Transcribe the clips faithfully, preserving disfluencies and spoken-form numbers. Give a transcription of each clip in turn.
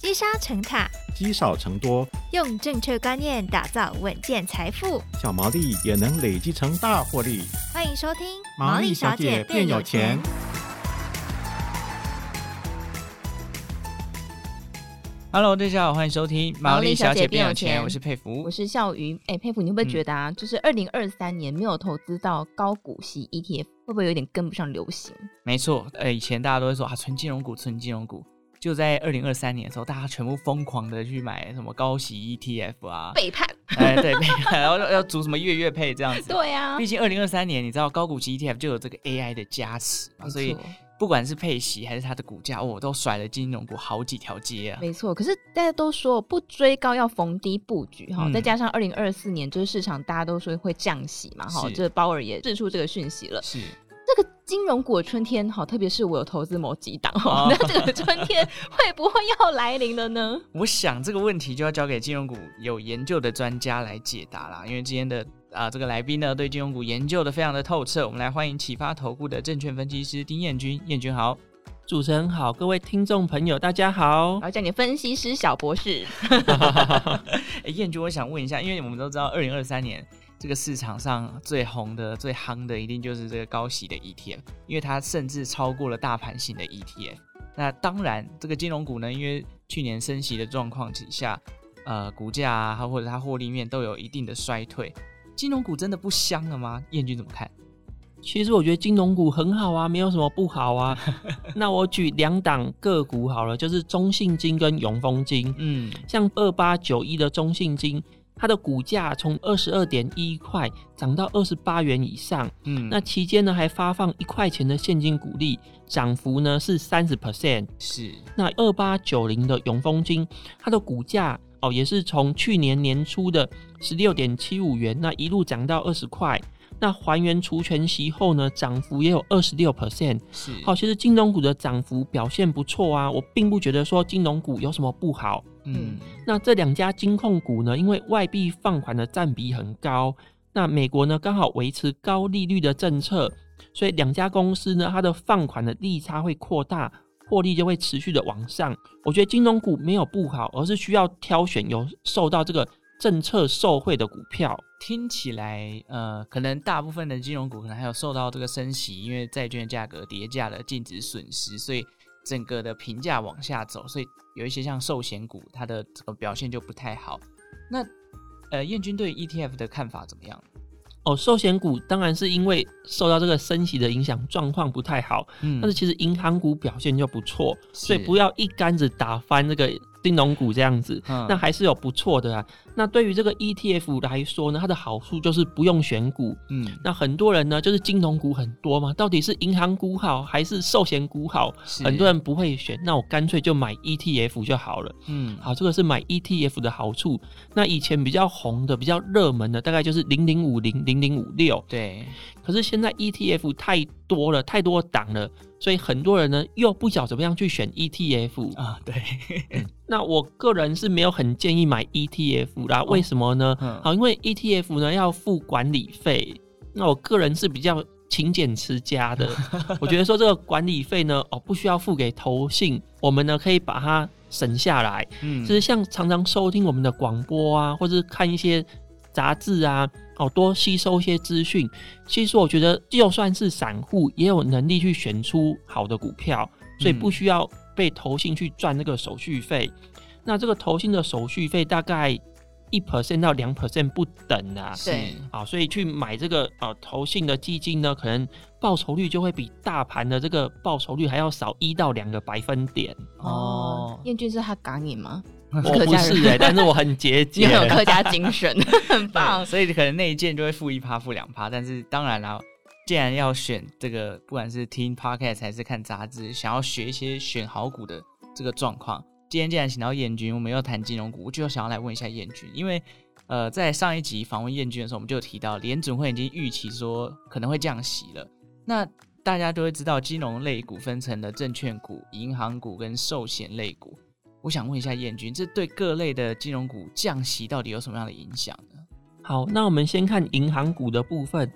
积沙成塔， 积少成多， 用正确观念打造稳健财富， 小毛利也能累积成大获利。 欢迎收听毛利小姐变有钱。 Hello， 大家好，欢迎收听毛利小姐变有钱，我是佩服， 我是笑鱼。哎，佩服，你会不会觉得啊，嗯、就是二零二三年没有投资到高股息 E T F， 会不会有点跟不上流行？ 没错，呃，以前大家都会说啊，存金融股，存金融股。就在二零二三年的时候，大家全部疯狂的去买什么高息 E T F 啊， 背叛， 哎，对，背叛，然后要组什么月月配这样子。 对啊， 毕竟二零二三年，你知道高股息 E T F 就有这个 A I 的加持嘛，所以不管是配息还是它的股价，哦，都甩了金融股好几条街啊。 没错，可是大家都说不追高要逢低布局哈、嗯，再加上二零二四年就是市场大家都说会降息嘛哈，这鲍尔也释出这个讯息了。 是。 这个金融股的春天好，特别是我有投资某几档、哦、那这个春天会不会要来临了呢？ 我想这个问题就要交给金融股有研究的专家来解答啦，因为今天的啊这个来宾呢对金融股研究的非常的透彻，我们来欢迎启发投顾的证券分析师丁彦君。彦君好。 主持人好，各位听众朋友大家好。 然后叫你分析师小博士。 欸、彦君，我想问一下，因为我们都知道二零二三年这个市场上最红的最夯的一定就是这个高息的 E T F， 因为它甚至超过了大盘型的 E T F。 那当然这个金融股呢，因为去年升息的状况之下，呃，股价啊或者它获利面都有一定的衰退，金融股真的不香了吗？彦君怎么看？ 其实我觉得金融股很好啊，没有什么不好啊。那我举两档个股好了，就是中信金跟永丰金。嗯，像二八九一的中信金，它的股价从二十二点一块涨到二十八元以上。嗯，那期间呢还发放一块钱的现金股利，涨幅呢是 百分之三十。 是。那二八九零的永丰金，它的股价哦也是从去年年初的 十六点七五元，那一路涨到二十块。那还原除权息后呢，涨幅也有 百分之二十六。 是。好，其实金融股的涨幅表现不错啊，我并不觉得说金融股有什么不好。嗯，那这两家金控股呢，因为外币放款的占比很高，那美国呢刚好维持高利率的政策，所以两家公司呢，它的放款的利差会扩大，获利就会持续的往上。我觉得金融股没有不好，而是需要挑选有受到这个政策受惠的股票。 听起来呃，可能大部分的金融股可能还有受到这个升息，因为债券价格跌价的净值损失，所以整个的评价往下走，所以有一些像寿险股它的这个表现就不太好。那呃，彦君对 E T F 的看法怎么样？ 哦，寿险股当然是因为受到这个升息的影响，状况不太好。嗯，但是其实银行股表现就不错，所以不要一竿子打翻这个金融股这样子，嗯，那还是有不错的啊。那对于这个 E T F 来说呢，它的好处就是不用选股。嗯，那很多人呢就是金融股很多嘛，到底是银行股好还是寿险股好？很多人不会选，那我干脆就买 E T F 就好了。嗯，好，这个是买 E T F 的好处。那以前比较红的、比较热门的，大概就是零零五零、零零五六。 对。 可是现在 E T F 太多了，太多档了，所以很多人呢又不晓得怎么样去选 E T F 啊。对。 嗯，那我个人是没有很建议买 E T F 啦，为什么呢？哦，好，因为 E T F 呢要付管理费，那我个人是比较勤俭持家的，我觉得说这个管理费呢，哦，不需要付给投信，我们呢可以把它省下来。嗯，就是像常常收听我们的广播啊，或者看一些杂志啊，哦，多吸收一些资讯。其实我觉得就算是散户也有能力去选出好的股票，所以不需要被投信去赚那个手续费。那这个投信的手续费大概 百分之一 到 百分之二 不等啊。 对。 啊，所以去买这个呃投信的基金呢，可能报酬率就会比大盘的这个报酬率还要少一到两个百分点。 哦，彦君是他嘎你吗？ 我不是哎、欸，但是我很节俭， 你有客家精神，很棒。 所以可能那一件就会负一趴、负两趴，但是当然啦，既然要选这个，不管是听 podcast 还是看杂志，想要学一些选好股的这个状况，今天既然请到彦君，我们又谈金融股，我就想要来问一下彦君，因为呃，在上一集访问彦君的时候，我们就有提到联准会已经预期说可能会降息了。那大家都会知道，金融类股分成了证券股、银行股跟寿险类股。我想问一下彦君，这对各类的金融股降息到底有什么样的影响呢？ 好，那我们先看银行股的部分。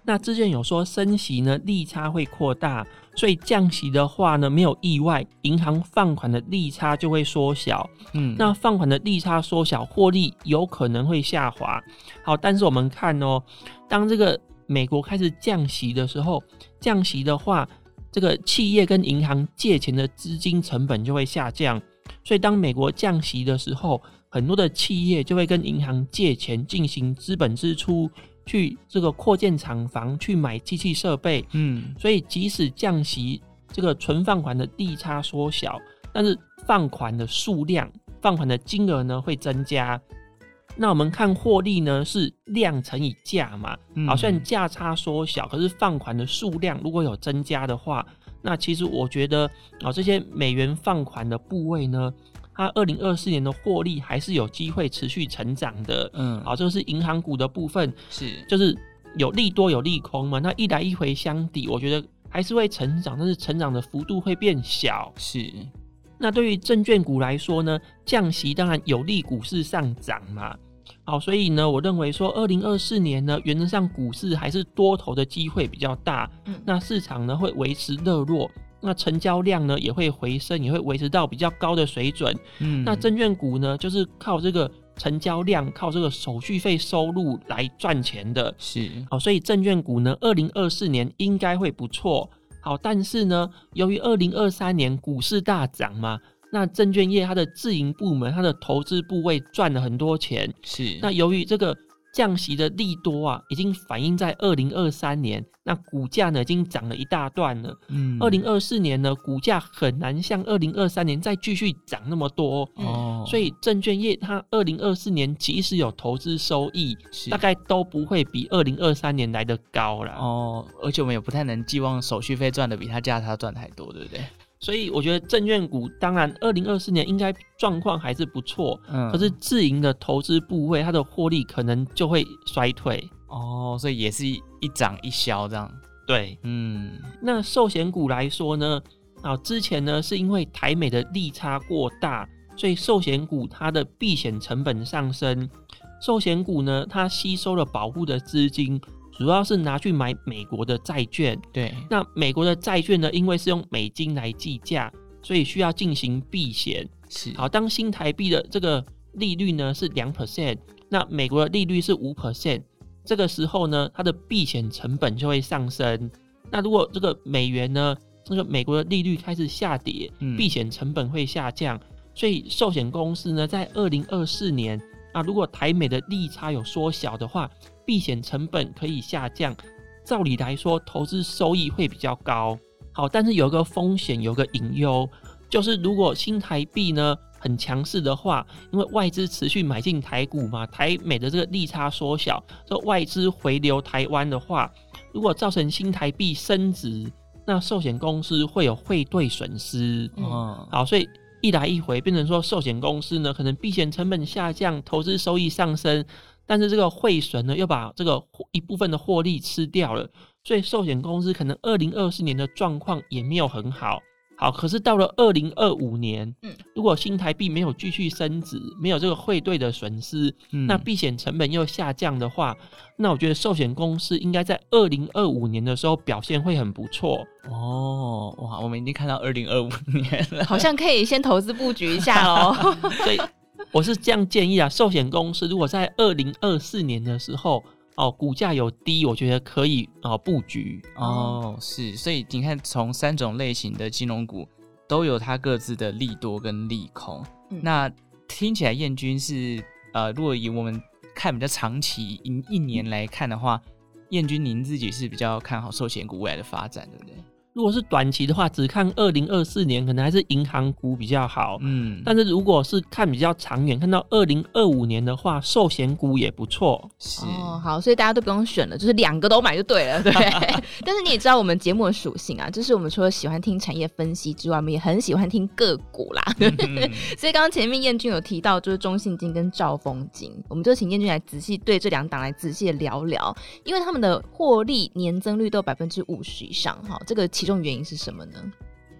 那之前有说升息呢，利差会扩大，所以降息的话呢，没有意外，银行放款的利差就会缩小。嗯，那放款的利差缩小，获利有可能会下滑。好，但是我们看哦，当这个美国开始降息的时候，降息的话，这个企业跟银行借钱的资金成本就会下降。所以当美国降息的时候，很多的企业就会跟银行借钱进行资本支出，去这个扩建厂房，去买机器设备。嗯，所以即使降息，这个存放款的利差缩小，但是放款的数量、放款的金额呢会增加。那我们看获利呢是量乘以价嘛，嗯，好，虽然价差缩小，可是放款的数量如果有增加的话，那其实我觉得，哦，这些美元放款的部位呢，它二零二四年的获利还是有机会持续成长的。嗯，好，这个是银行股的部分，是就是有利多有利空嘛，那一来一回相抵，我觉得还是会成长，但是成长的幅度会变小。是。那对于证券股来说呢，降息当然有利股市上涨嘛。好，所以呢，我认为说二零二四年呢，原则上股市还是多头的机会比较大。嗯，那市场呢会维持热络，那成交量呢也会回升，也会维持到比较高的水准。嗯，那证券股呢就是靠这个成交量，靠这个手续费收入来赚钱的。是，好，所以证券股呢二零二四年应该会不错。好，但是呢，由于二零二三年股市大涨嘛，那证券业它的自营部门，它的投资部位赚了很多钱。是，那由于这个降息的利多啊，已经反映在二零二三年，那股价呢已经涨了一大段了。嗯，二零二四年呢，股价很难像二零二三年再继续涨那么多。哦，所以证券业它二零二四年即使有投资收益，大概都不会比二零二三年来的高啦。 哦，而且我们也不太能寄望手续费赚的比它价差赚太多，对不对？ 所以我觉得证券股当然二零二四年应该状况还是不错。嗯，可是自营的投资部位它的获利可能就会衰退。 哦，所以也是一涨一消这样。 对，嗯，那寿险股来说呢，啊，之前呢是因为台美的利差过大，所以寿险股它的避险成本上升。寿险股呢，它吸收了保护的资金，主要是拿去买美国的债券。对，那美国的债券呢，因为是用美金来计价，所以需要进行避险。是，好，当新台币的这个利率呢是 百分之二， 那美国的利率是 百分之五， 这个时候呢，它的避险成本就会上升。那如果这个美元呢，这个美国的利率开始下跌，避险成本会下降，所以寿险公司呢，在二零二四年啊，如果台美的利差有缩小的话，避险成本可以下降，照理来说投资收益会比较高。好，但是有一个风险，有一个隐忧，就是如果新台币呢很强势的话，因为外资持续买进台股嘛，台美的这个利差缩小，这外资回流台湾的话，如果造成新台币升值，那寿险公司会有汇兑损失。嗯，好，所以一来一回变成说寿险公司呢可能避险成本下降，投资收益上升，但是这个汇损呢又把这个一部分的获利吃掉了，所以寿险公司可能二零二四年的状况也没有很好。好，可是到了二零二五年，嗯，如果新台币没有继续升值，没有这个汇兑的损失，嗯，那避险成本又下降的话，那我觉得寿险公司应该在二零二五年的时候表现会很不错。 哦，哇，我们已经看到二零二五年了， 好像可以先投资布局一下咯。 所以我是这样建议啊，寿险公司如果在二零二四年的时候哦，股价有低，我觉得可以哦布局哦，是，所以你看，从三种类型的金融股都有它各自的利多跟利空。嗯、那听起来燕军是呃，如果以我们看比较长期一一年来看的话，燕军您自己是比较看好寿险股未来的发展，对不对？ 如果是短期的话，只看二零二四年，可能还是银行股比较好。嗯，但是如果是看比较长远，看到二零二五年的话，寿险股也不错。 是哦，好，所以大家都不用选了，就是两个都买就对了，对。但是你也知道我们节目的属性啊，就是我们除了喜欢听产业分析之外，我们也很喜欢听个股啦。嗯、所以刚刚前面燕军有提到，就是中信金跟兆丰金，我们就请燕军来仔细对这两档来仔细的聊聊，因为他们的获利年增率都有百分之五十以上，哈，这个其。这种原因是什么呢？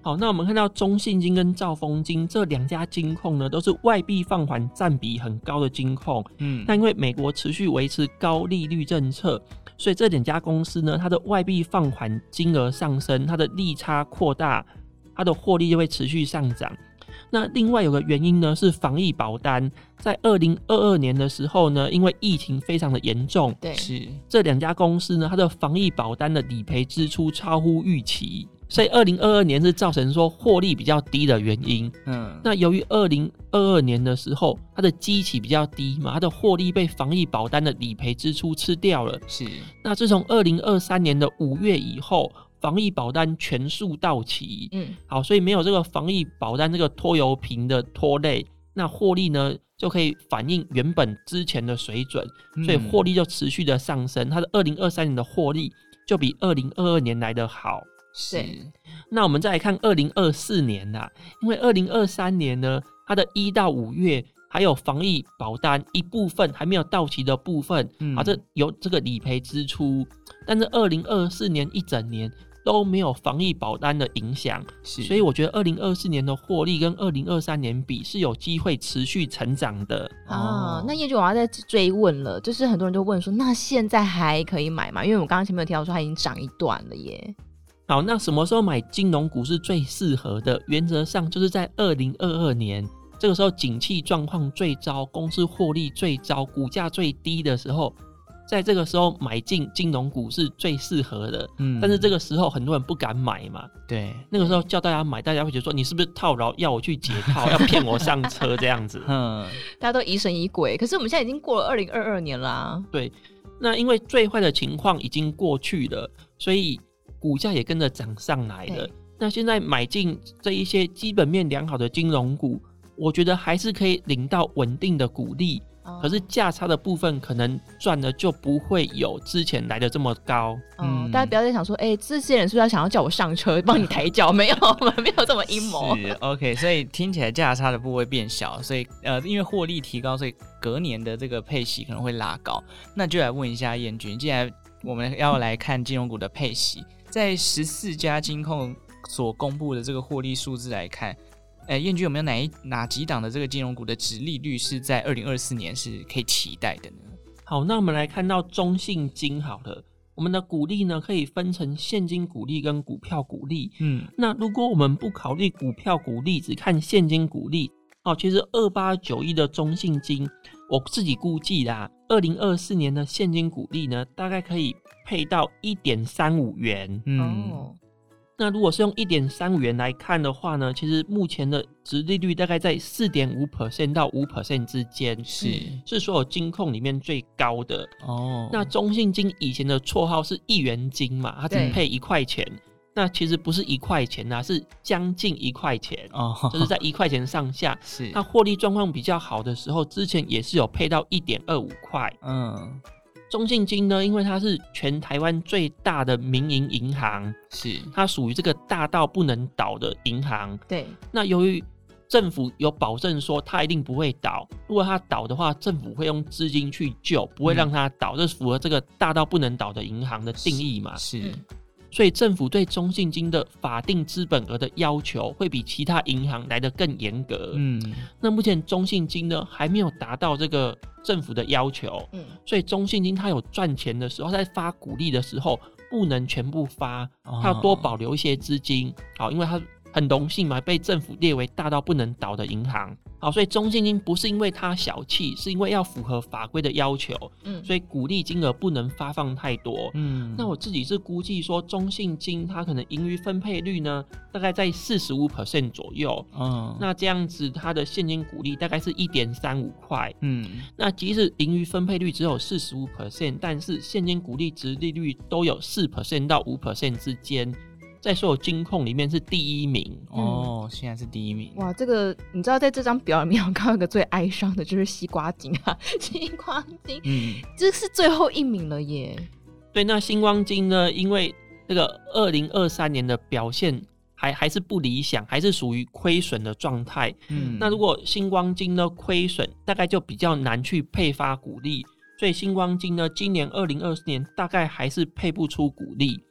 好，那我们看到中信金跟兆丰金这两家金控呢，都是外币放缓占比很高的金控。嗯，那因为美国持续维持高利率政策，所以这两家公司呢，它的外币放缓金额上升，它的利差扩大，它的获利就会持续上涨。那另外有个原因呢，是防疫保单在二零二二年的时候呢，因为疫情非常的严重， 对， 是这两家公司呢，它的防疫保单的理赔支出超乎预期，所以二零二二年是造成说获利比较低的原因。嗯，那由于二零二二年的时候它的基期比较低嘛，它的获利被防疫保单的理赔支出吃掉了。 是， 那自从二零二三年的五月以后，防疫保单全数到期，嗯，好，所以没有这个防疫保单这个拖油瓶的拖累，那获利呢就可以反映原本之前的水准，所以获利就持续的上升，它的二零二三年的获利就比二零二二年来的好。 是， 那我们再来看二零二四年啦，因为二零二三年呢，它的一到五月还有防疫保单一部分还没有到期的部分，嗯，好，这有这个理赔支出，但是二零二四年一整年都没有防疫保单的影响，所以我觉得二零二四年的获利跟二零二三年比是有机会持续成长的。 啊，那业主我要再追问了，就是很多人都问说，那现在还可以买吗？因为我刚刚前面有提到说它已经涨一段了耶。 好，那什么时候买金融股是最适合的？原则上就是在二零二二年，这个时候景气状况最糟，公司获利最糟，股价最低的时候，在这个时候买进金融股是最适合的。嗯，但是这个时候很多人不敢买嘛。 对， 那个时候叫大家买，大家会觉得说你是不是套牢，要我去解套，要骗我上车这样子。 嗯，大家都疑神疑鬼。可是我们现在已经过了二零二二年啦、啊。 对，那因为最坏的情况已经过去了，所以股价也跟着涨上来了。那现在买进这一些基本面良好的金融股，我觉得还是可以领到稳定的股利，哦、可是价差的部分可能赚的就不会有之前来的这么高。 嗯，嗯大家不要再想说，哎、欸，这些人是不是要想要叫我上车帮你抬轿？没有，我们没有这么阴谋。 是 OK， 所以听起来价差的部位变小，所以呃，因为获利提高，所以隔年的这个配息可能会拉高。那就来问一下彦均，既然我们要来看金融股的配息，在十四家金控所公布的这个获利数字来看，呃，彦均有没有哪一哪几档的这个金融股的殖利率是在二零二四年是可以期待的呢？ 好，那我们来看到中信金好了，我们的股利呢可以分成现金股利跟股票股利。嗯，那如果我们不考虑股票股利，只看现金股利，哦，其实二八九一的中信金，我自己估计啦，二零二四年的现金股利呢，大概可以配到 一点三五元。嗯。哦，那如果是用 一点三五元来看的话呢，其实目前的殖利率大概在 百分之四点五 到 百分之五 之间，是是所有金控里面最高的。哦，那中信金以前的绰号是一元金嘛，它只配一块钱，那其实不是一块钱啊，是将近一块钱，哦，就是在一块钱上下。是它获利状况比较好的时候，之前也是有配到 一点二五块。嗯，中信金呢，因为它是全台湾最大的民营银行，是它属于这个大到不能倒的银行。对，那由于政府有保证说它一定不会倒，如果它倒的话，政府会用资金去救，不会让它倒，这、嗯、符合这个大到不能倒的银行的定义嘛。是。是所以政府对中信金的法定资本额的要求会比其他银行来得更严格。嗯，那目前中信金呢还没有达到这个政府的要求。嗯，所以中信金它有赚钱的时候，在发股利的时候不能全部发，它要多保留一些资金。好，因为它很荣幸嘛，被政府列为大到不能倒的银行。好，所以中信金不是因为它小气，是因为要符合法规的要求。嗯，所以股利金额不能发放太多。嗯，那我自己是估计说，中信金它可能盈余分配率呢，大概在 百分之四十五 左右。嗯，那这样子它的现金股利大概是 一点三五块。嗯，那即使盈余分配率只有 百分之四十五， 但是现金股利殖利率都有 百分之四 到 百分之五 之间。在所有金控里面是第一名。 哦，现在是第一名。 哇，这个你知道在这张表里面我看到一个最哀伤的就是西瓜金啊，西瓜金，嗯，这是最后一名了耶。 对，那星光金呢，因为这个二零二三年的表现还还是不理想，还是属于亏损的状态。嗯，那如果星光金呢亏损，大概就比较难去配发股利，所以星光金呢今年二零二四年大概还是配不出股利。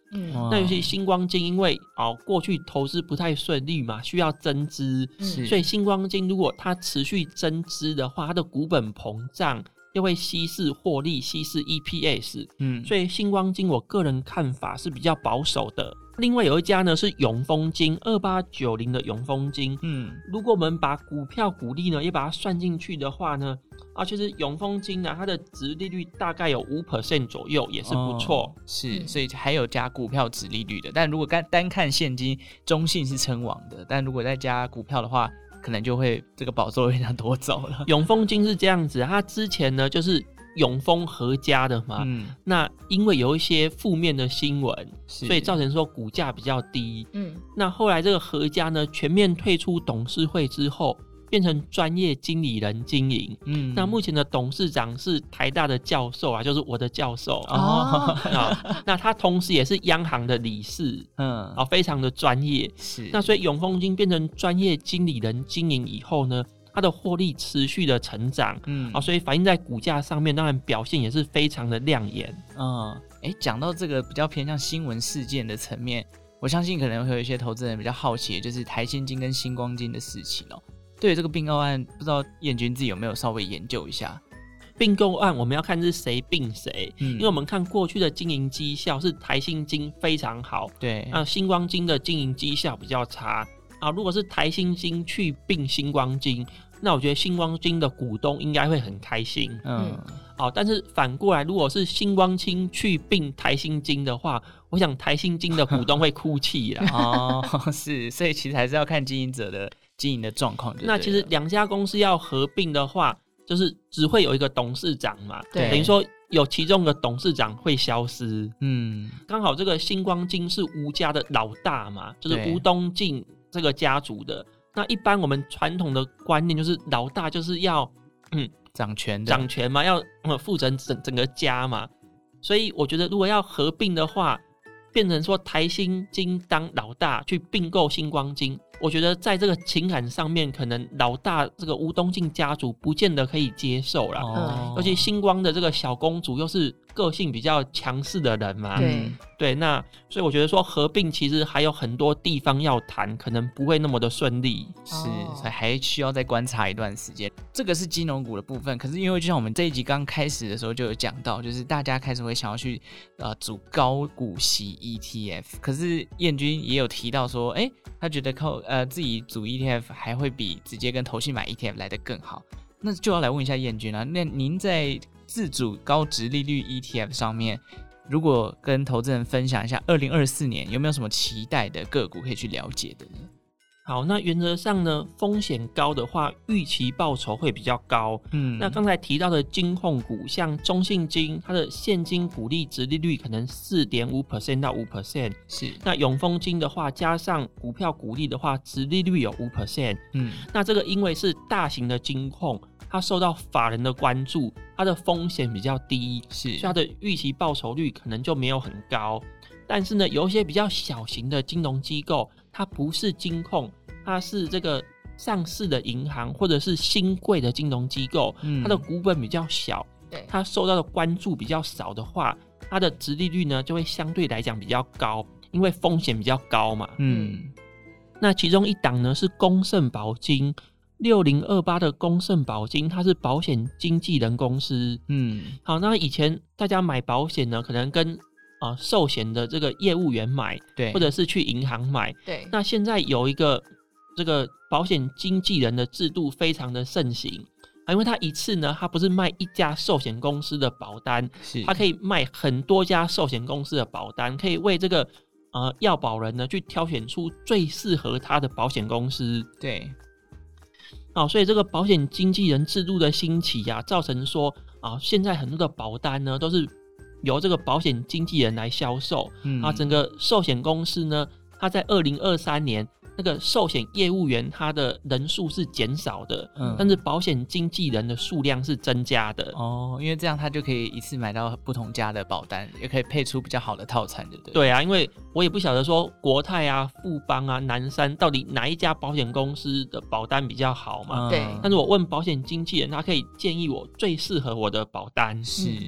嗯， 那尤其星光金，因为哦过去投资不太顺利嘛，需要增资， 是所以星光金如果它持续增资的话，它的股本膨胀又会稀释获利、稀释 E P S， 嗯， 所以星光金我个人看法是比较保守的。另外有一家呢是永丰金二八九零的永丰金， 嗯， 如果我们把股票股利呢也把它算进去的话呢，啊，其实永丰金呢它的殖利率大概有 百分之五 左右，也是不错。 哦、是， 嗯所以还有加股票殖利率的。但如果单单看现金，中信是称王的，但如果再加股票的话，可能就会这个宝座被人家夺走了。 永丰金是这样子，它之前呢就是永丰合家的嘛， 嗯， 那因为有一些负面的新闻， 所所以造成说股价比较低。 嗯， 那后来这个合家呢全面退出董事会之后，变成专业经理人经营。 嗯， 那目前的董事长是台大的教授啊，就是我的教授哦， 啊。那他同时也是央行的理事， 嗯， 啊，非常的专业。 是， 那所以永丰金变成专业经理人经营以后呢，它的获利持续的成长， 嗯， 啊，所以反映在股价上面，当然表现也是非常的亮眼。 嗯，哎，讲到这个比较偏向新闻事件的层面，我相信可能会有一些投资人比较好奇的就是台新金跟星光金的事情哦。对于这个并购案，不知道彦君自己有没有稍微研究一下？ 并购案我们要看是谁并谁， 嗯， 因为我们看过去的经营绩效是台新金非常好， 对， 那星光金的经营绩效比较差啊。如果是台新金去并星光金，那我觉得星光金的股东应该会很开心， 嗯， 好，但是反过来，如果是星光金去并台新金的话，我想台新金的股东会哭泣啦。 哦，是，所以其实还是要看经营者的经营的状况。 那其实两家公司要合并的话，就是只会有一个董事长嘛， 对等于说有其中的董事长会消失。 嗯， 刚好这个星光金是吴家的老大嘛，就是对吴东进这个家族的。那一般我们传统的观念就是老大就是要嗯掌权的， 掌权嘛，要呃负责整整个家嘛。所以我觉得如果要合并的话，变成说台新金当老大去并购星光金，我觉得在这个情感上面，可能老大这个吴东进家族不见得可以接受啦。 哦， 尤其星光的这个小公主又是个性比较强势的人嘛， 对对，那所以我觉得说合并其实还有很多地方要谈，可能不会那么的顺利。 是， 哦所以还需要再观察一段时间。这个是金融股的部分，可是因为就像我们这一集刚开始的时候就有讲到，就是大家开始会想要去呃组高股息 E T F， 可是彦君也有提到说，哎，他觉得靠呃自己组 E T F 还会比直接跟投信买 E T F 来得更好。那就要来问一下彦君啊，那您在自主高殖利率 E T F 上面，如果跟投资人分享一下二零二四年有没有什么期待的个股可以去了解的呢？ 好，那原则上呢，风险高的话，预期报酬会比较高。 嗯， 那刚才提到的金控股，像中信金，它的现金股利殖利率可能 百分之四点五 到 百分之五。 是， 那永丰金的话，加上股票股利的话，殖利率有 百分之五。 嗯， 那这个因为是大型的金控，它受到法人的关注，它的风险比较低， 是， 所以它的预期报酬率可能就没有很高。但是呢，有一些比较小型的金融机构，它不是金控，它是这个上市的银行或者是新贵的金融机构， 嗯它的股本比较小， 对， 它受到的关注比较少的话，它的殖利率呢就会相对来讲比较高，因为风险比较高嘛。 嗯， 那其中一档呢是公盛保金六零二八的公盛保金，它是保险经纪人公司。 嗯， 好，那以前大家买保险呢，可能跟呃寿险的这个业务员买， 对， 或者是去银行买。 对， 那现在有一个这个保险经纪人的制度非常的盛行啊，因为他一次呢，他不是卖一家寿险公司的保单， 是， 他可以卖很多家寿险公司的保单，可以为这个呃要保人呢去挑选出最适合他的保险公司。 对， 哦，所以这个保险经纪人制度的兴起啊，造成说啊，现在很多的保单呢都是由这个保险经纪人来销售， 嗯啊，整个寿险公司呢，它在二零二三年那个寿险业务员他的人数是减少的， 嗯但是保险经纪人的数量是增加的。 哦，因为这样他就可以一次买到不同家的保单，也可以配出比较好的套餐，对不对？ 对啊，因为我也不晓得说国泰啊、富邦啊、南山到底哪一家保险公司的保单比较好嘛。 嗯对但是我问保险经纪人，他可以建议我最适合我的保单。 是，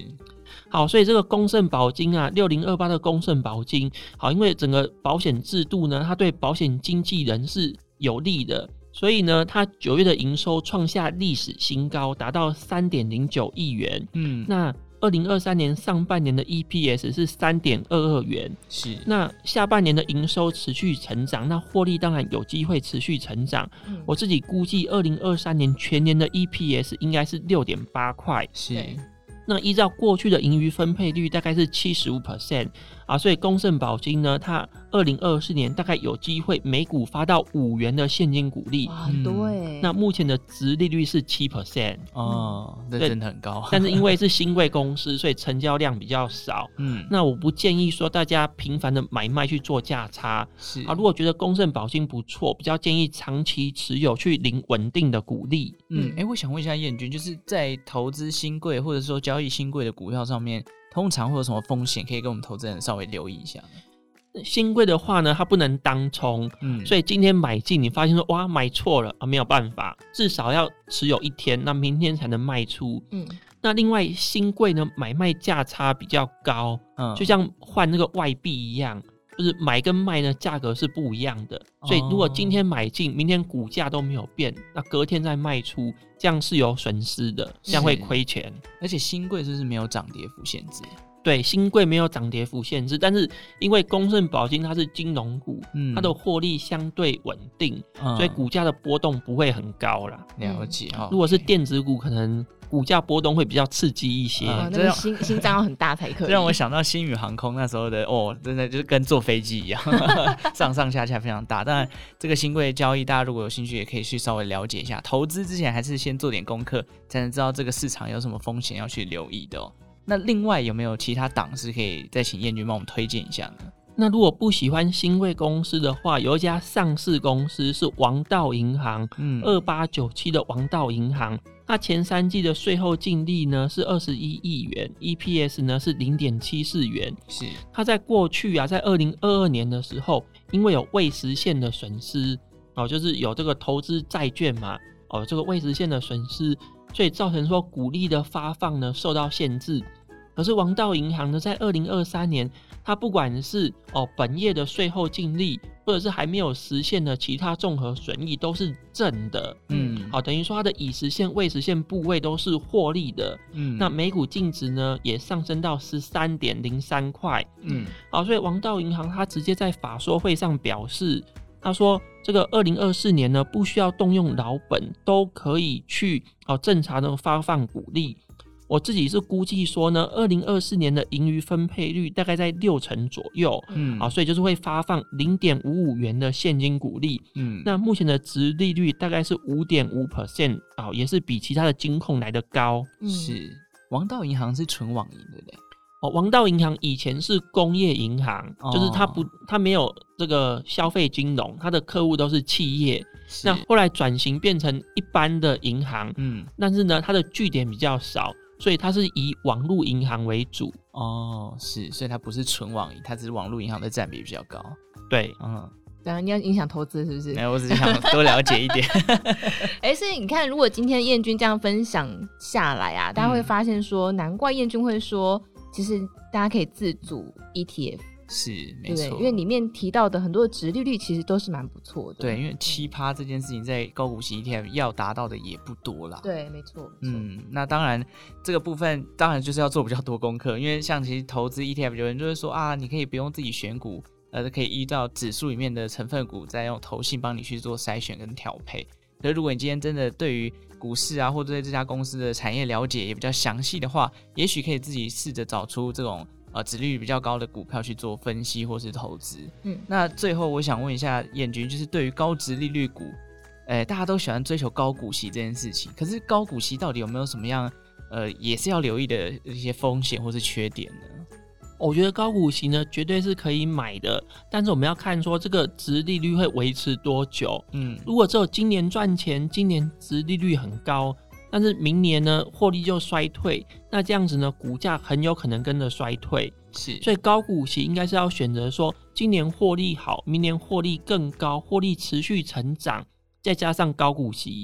好，所以这个公盛保金啊，六零二八的公盛保金，好，因为整个保险制度呢，它对保险经纪人是有利的，所以呢，它九月的营收创下历史新高，达到 三点零九亿元。嗯，那二零二三年上半年的 E P S 是 三点二二元， 是。 那下半年的营收持续成长，那获利当然有机会持续成长。嗯、我自己估计二零二三年全年的 E P S 应该是 六点八块， 是。 那依照过去的盈余分配率大概是 百分之七十五 啊，所以公盛保金呢，它二零二四年大概有机会每股发到五元的现金股利， 哇，很多耶、嗯。 那目前的殖利率是 百分之七哦，这真的很高。 但是因为是新贵公司，所以成交量比较少。嗯，那我不建议说大家频繁的买卖去做价差。是啊，如果觉得公盛保金不错，比较建议长期持有去领稳定的股利。 嗯，哎、欸，我想问一下彦君，就是在投资新贵或者说交易新贵的股票上面，通常会有什么风险可以跟我们投资人稍微留意一下呢？ 新贵的话呢，它不能当冲，嗯，所以今天买进，你发现说哇买错了啊，没有办法，至少要持有一天，那明天才能卖出。嗯，那另外新贵呢，买卖价差比较高，嗯，就像换那个外币一样，就是买跟卖呢价格是不一样的，所以如果今天买进，明天股价都没有变，那隔天再卖出，这样是有损失的，这样会亏钱。 而且新贵是不是没有涨跌幅限制？ 对，新贵没有涨跌幅限制，但是因为公盛保金它是金融股，嗯、它的获利相对稳定，嗯、所以股价的波动不会很高啦。 了解哈。 如果是电子股，可能股价波动会比较刺激一些， 嗯、那个心心脏要很大才可以。 这让我想到星宇航空那时候的哦，真的就是跟坐飞机一样，上上下下非常大。当然，这个新贵交易，大家如果有兴趣，也可以去稍微了解一下。投资之前还是先做点功课，才能知道这个市场有什么风险要去留意的哦。那另外有没有其他档是可以再请彦君帮我们推荐一下呢？ 那如果不喜欢新贵公司的话，有一家上市公司是王道银行，嗯，二八九七的王道银行，它前三季的税后净利呢是二十一亿元 ，E P S 呢是 零点七四元。是，它在过去啊，在二零二二年的时候，因为有未实现的损失，哦，就是有这个投资债券嘛，哦，这个未实现的损失，所以造成说股利的发放呢受到限制。可是王道银行呢，在二零二三年，它不管是哦本业的税后净利，或者是还没有实现的其他综合损益，都是正的。嗯，好，等于说它的已实现、未实现部位都是获利的。嗯，那每股净值呢也上升到十三点零三块。嗯，好，所以王道银行它直接在法说会上表示，他说这个二零二四年呢，不需要动用老本，都可以去哦正常的发放股利。我自己是估计说呢，二零二四年的盈余分配率大概在六成左右，嗯，啊，所以就是会发放 零点五五元的现金股利，嗯，那目前的殖利率大概是 百分之五点五 啊，也是比其他的金控来得高。 嗯、是，王道银行是纯网银对不对？ 哦，王道银行以前是工业银行，哦、就是它不，它没有这个消费金融，它的客户都是企业。那后来转型变成一般的银行，嗯，但是呢，它的据点比较少。所以它是以网络银行为主哦，是，所以它不是纯网银，它只是网络银行的占比比较高。 对， 嗯，当然你要影响投资是不是？ 没有，我只是想多了解一点。 哎、欸，所以你看，如果今天彦君这样分享下来啊，大家会发现说，嗯、难怪彦君会说，其实大家可以自组 E T F。 是，没错， 因为里面提到的很多的殖利率其实都是蛮不错的。 对，因为七趴这件事情在高股息 E T F 要达到的也不多啦。 对，没错。 嗯，那当然这个部分当然就是要做比较多功课，因为像其实投资 E T F 有人就会说啊，你可以不用自己选股，呃，可以依照指数里面的成分股，再用投信帮你去做筛选跟调配。可是如果你今天真的对于股市啊，或者对这家公司的产业了解也比较详细的话，也许可以自己试着找出这种呃，殖利率比较高的股票去做分析或是投资。嗯，那最后我想问一下彦君，就是对于高殖利率股，呃，大家都喜欢追求高股息这件事情，可是高股息到底有没有什么样呃，也是要留意的一些风险或是缺点呢？ 我觉得高股息呢，绝对是可以买的，但是我们要看说这个殖利率会维持多久。嗯，如果只有今年赚钱，今年殖利率很高，但是明年呢获利就衰退，那这样子呢股价很有可能跟着衰退。 是， 所以高股息应该是要选择说今年获利好，明年获利更高，获利持续成长，再加上高股息。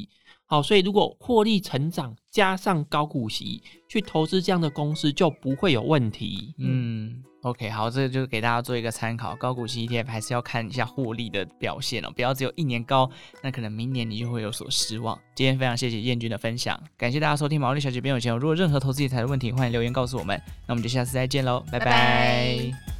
好，所以如果获利成长加上高股息去投资这样的公司就不会有问题。 嗯 OK， 好，这个就给大家做一个参考，高股息 E T F 还是要看一下获利的表现哦，不要只有一年高，那可能明年你就会有所失望。今天非常谢谢燕君的分享，感谢大家收听毛利小姐变有钱。如果任何投资理财的问题，欢迎留言告诉我们，那我们就下次再见喽，拜拜。 拜拜。